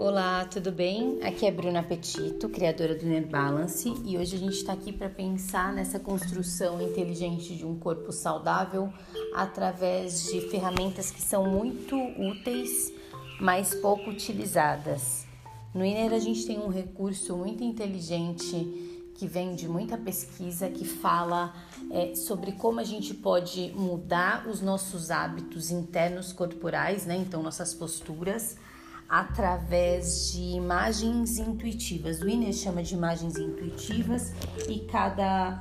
Olá, tudo bem? Aqui é Bruna Petito, criadora do Inner Balance, e hoje a gente está aqui para pensar nessa construção inteligente de um corpo saudável através de ferramentas que são muito úteis, mas pouco utilizadas. No Inner a gente tem um recurso muito inteligente que vem de muita pesquisa, que fala sobre como a gente pode mudar os nossos hábitos internos corporais, né? Então nossas posturas, através de imagens intuitivas. O Inner chama de imagens intuitivas e cada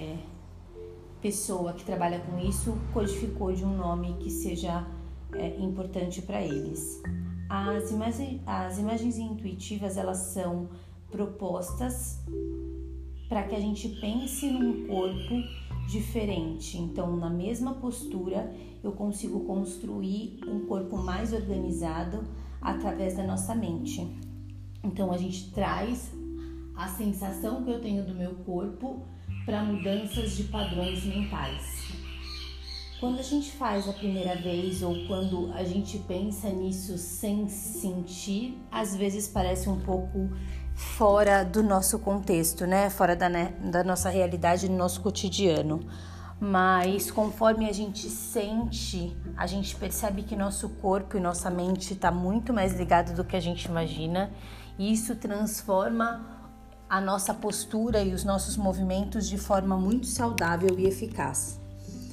pessoa que trabalha com isso codificou de um nome que seja importante para eles. As imagens intuitivas, elas são propostas para que a gente pense num corpo diferente. Então, na mesma postura, eu consigo construir um corpo mais organizado através da nossa mente. Então, a gente traz a sensação que eu tenho do meu corpo para mudanças de padrões mentais. Quando a gente faz a primeira vez ou quando a gente pensa nisso sem sentir, às vezes parece um pouco fora do nosso contexto, né? Fora da nossa realidade, do nosso cotidiano. Mas conforme a gente sente, a gente percebe que nosso corpo e nossa mente está muito mais ligado do que a gente imagina, e isso transforma a nossa postura e os nossos movimentos de forma muito saudável e eficaz.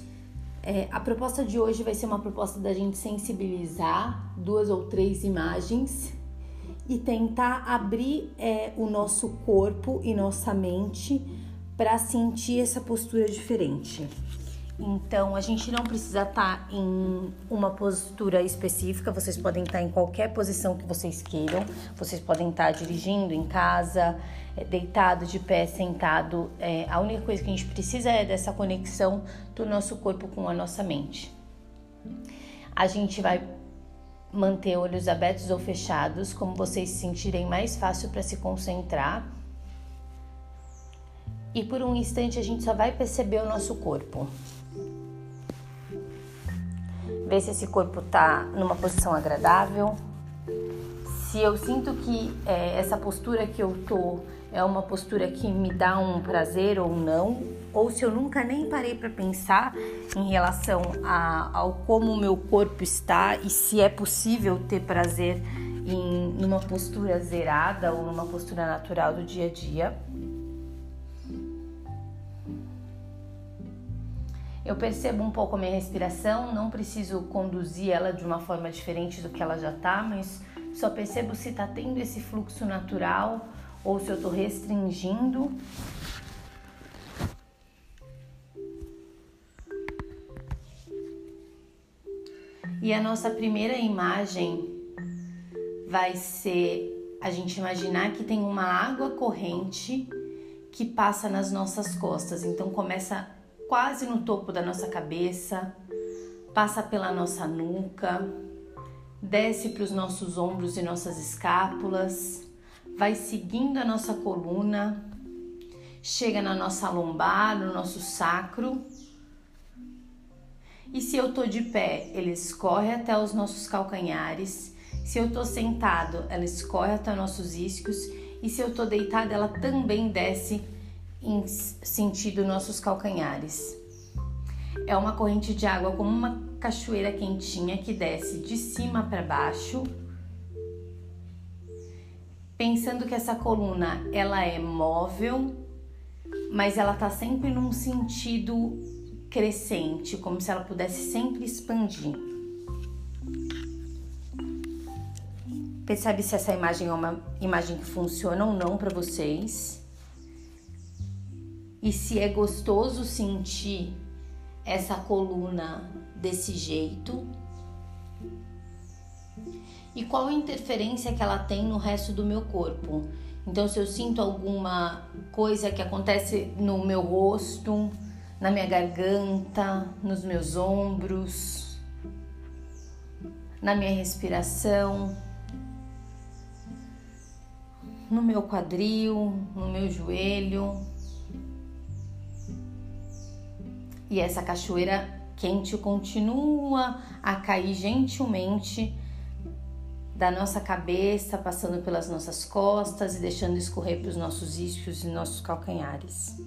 A proposta de hoje vai ser uma proposta da gente sensibilizar 2 ou 3 imagens e tentar abrir o nosso corpo e nossa mente para sentir essa postura diferente. Então, a gente não precisa estar em uma postura específica, vocês podem estar em qualquer posição que vocês queiram, vocês podem estar dirigindo em casa, deitado, de pé, sentado. A única coisa que a gente precisa é dessa conexão do nosso corpo com a nossa mente. A gente vai manter olhos abertos ou fechados, como vocês se sentirem mais fácil para se concentrar. E por um instante a gente só vai perceber o nosso corpo. Ver se esse corpo está numa posição agradável. Se eu sinto que essa postura que eu tô é uma postura que me dá um prazer ou não, ou se eu nunca nem parei para pensar em relação ao como o meu corpo está e se é possível ter prazer numa postura zerada ou numa postura natural do dia a dia. Eu percebo um pouco a minha respiração, não preciso conduzir ela de uma forma diferente do que ela já está, mas só percebo se está tendo esse fluxo natural ou se eu estou restringindo. E a nossa primeira imagem vai ser a gente imaginar que tem uma água corrente que passa nas nossas costas. Então começa quase no topo da nossa cabeça, passa pela nossa nuca, desce para os nossos ombros e nossas escápulas, vai seguindo a nossa coluna, chega na nossa lombar, no nosso sacro. E se eu tô de pé, ele escorre até os nossos calcanhares. Se eu tô sentado, ela escorre até nossos isquios. E se eu tô deitada, ela também desce em sentido nossos calcanhares. É uma corrente de água como uma cachoeira quentinha que desce de cima para baixo, pensando que essa coluna ela é móvel, mas ela tá sempre num sentido crescente, como se ela pudesse sempre expandir. Percebe se essa imagem é uma imagem que funciona ou não para vocês. E se é gostoso sentir essa coluna desse jeito. E qual a interferência que ela tem no resto do meu corpo. Então, se eu sinto alguma coisa que acontece no meu rosto, na minha garganta, nos meus ombros, na minha respiração, no meu quadril, no meu joelho. E essa cachoeira quente continua a cair gentilmente da nossa cabeça, passando pelas nossas costas e deixando escorrer para os nossos isquios e nossos calcanhares.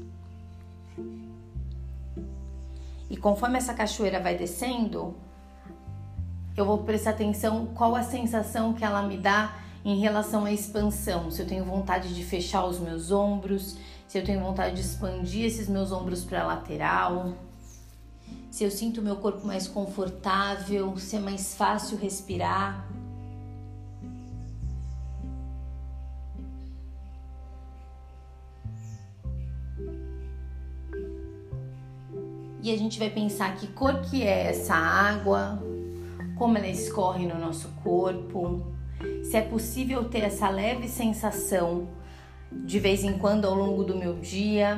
E conforme essa cachoeira vai descendo, eu vou prestar atenção qual a sensação que ela me dá em relação à expansão. Se eu tenho vontade de fechar os meus ombros, se eu tenho vontade de expandir esses meus ombros para a lateral, se eu sinto o meu corpo mais confortável, se é mais fácil respirar. E a gente vai pensar que cor que é essa água, como ela escorre no nosso corpo, se é possível ter essa leve sensação de vez em quando ao longo do meu dia,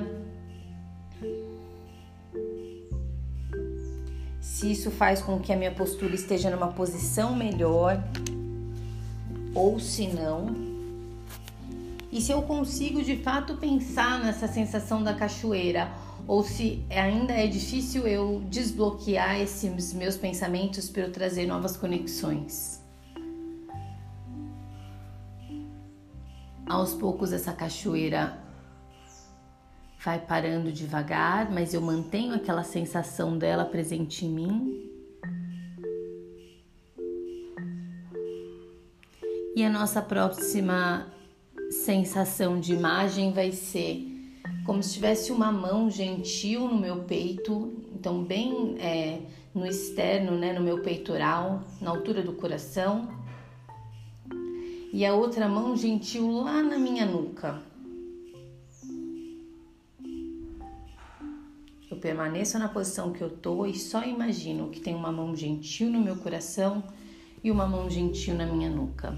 se isso faz com que a minha postura esteja numa posição melhor ou se não, e se eu consigo de fato pensar nessa sensação da cachoeira, ou se ainda é difícil eu desbloquear esses meus pensamentos para eu trazer novas conexões. Aos poucos essa cachoeira vai parando devagar, mas eu mantenho aquela sensação dela presente em mim. E a nossa próxima sensação de imagem vai ser como se tivesse uma mão gentil no meu peito, então bem no externo, né, no meu peitoral, na altura do coração, e a outra mão gentil lá na minha nuca. Eu permaneço na posição que eu tô e só imagino que tem uma mão gentil no meu coração e uma mão gentil na minha nuca.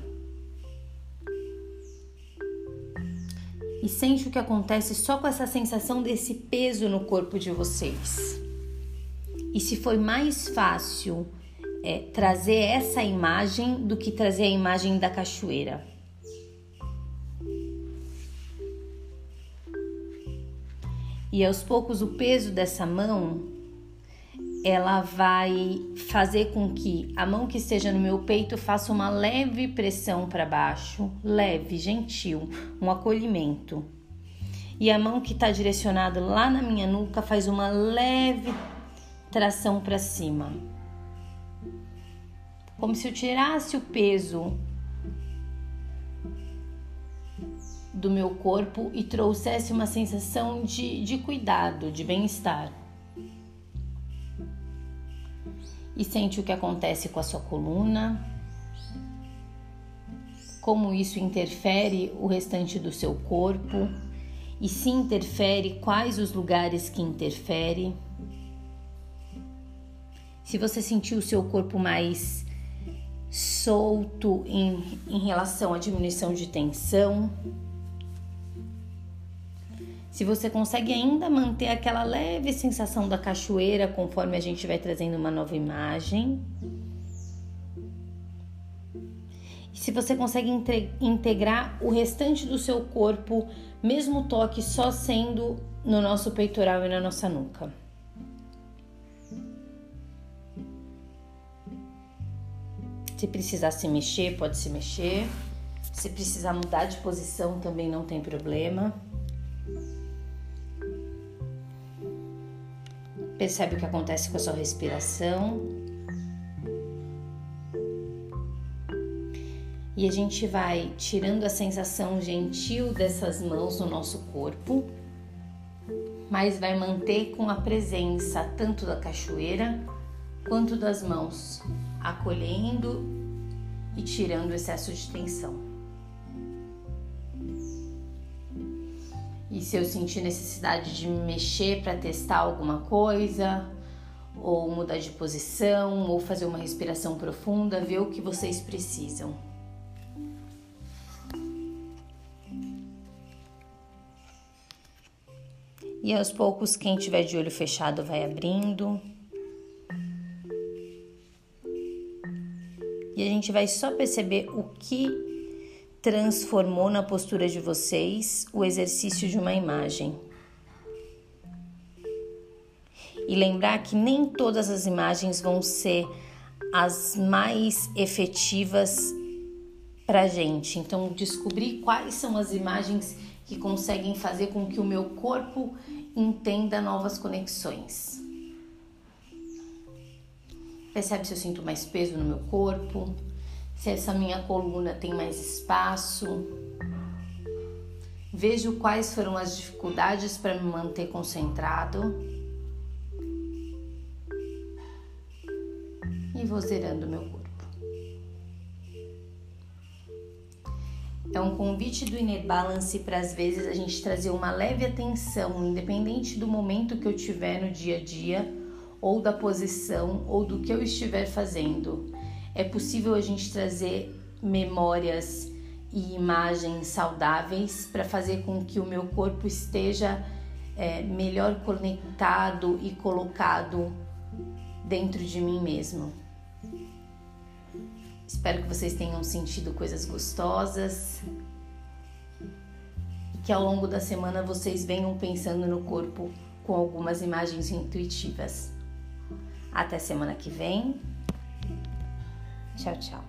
E sente o que acontece só com essa sensação desse peso no corpo de vocês. E se foi mais fácil trazer essa imagem do que trazer a imagem da cachoeira. E aos poucos o peso dessa mão, ela vai fazer com que a mão que esteja no meu peito faça uma leve pressão para baixo, leve, gentil, um acolhimento. E a mão que está direcionada lá na minha nuca faz uma leve tração para cima. Como se eu tirasse o peso do meu corpo e trouxesse uma sensação de cuidado, de bem-estar. E sente o que acontece com a sua coluna, como isso interfere o restante do seu corpo, e se interfere, quais os lugares que interfere. Se você sentiu o seu corpo mais solto em relação à diminuição de tensão, se você consegue ainda manter aquela leve sensação da cachoeira conforme a gente vai trazendo uma nova imagem. E se você consegue integrar o restante do seu corpo, mesmo o toque só sendo no nosso peitoral e na nossa nuca. Se precisar se mexer, pode se mexer. Se precisar mudar de posição, também não tem problema. Percebe o que acontece com a sua respiração. E a gente vai tirando a sensação gentil dessas mãos no nosso corpo, mas vai manter com a presença tanto da cachoeira quanto das mãos, acolhendo e tirando o excesso de tensão. E se eu sentir necessidade de me mexer para testar alguma coisa, ou mudar de posição, ou fazer uma respiração profunda, ver o que vocês precisam. E aos poucos, quem tiver de olho fechado vai abrindo. E a gente vai só perceber o que transformou na postura de vocês o exercício de uma imagem. E lembrar que nem todas as imagens vão ser as mais efetivas pra gente. Então, descobrir quais são as imagens que conseguem fazer com que o meu corpo entenda novas conexões. Percebe se eu sinto mais peso no meu corpo, se essa minha coluna tem mais espaço. Vejo quais foram as dificuldades para me manter concentrado. E vou zerando o meu corpo. É um convite do Inner Balance para às vezes a gente trazer uma leve atenção, independente do momento que eu tiver no dia a dia, ou da posição, ou do que eu estiver fazendo. É possível a gente trazer memórias e imagens saudáveis para fazer com que o meu corpo esteja melhor conectado e colocado dentro de mim mesmo. Espero que vocês tenham sentido coisas gostosas e que ao longo da semana vocês venham pensando no corpo com algumas imagens intuitivas. Até semana que vem. Tchau, tchau.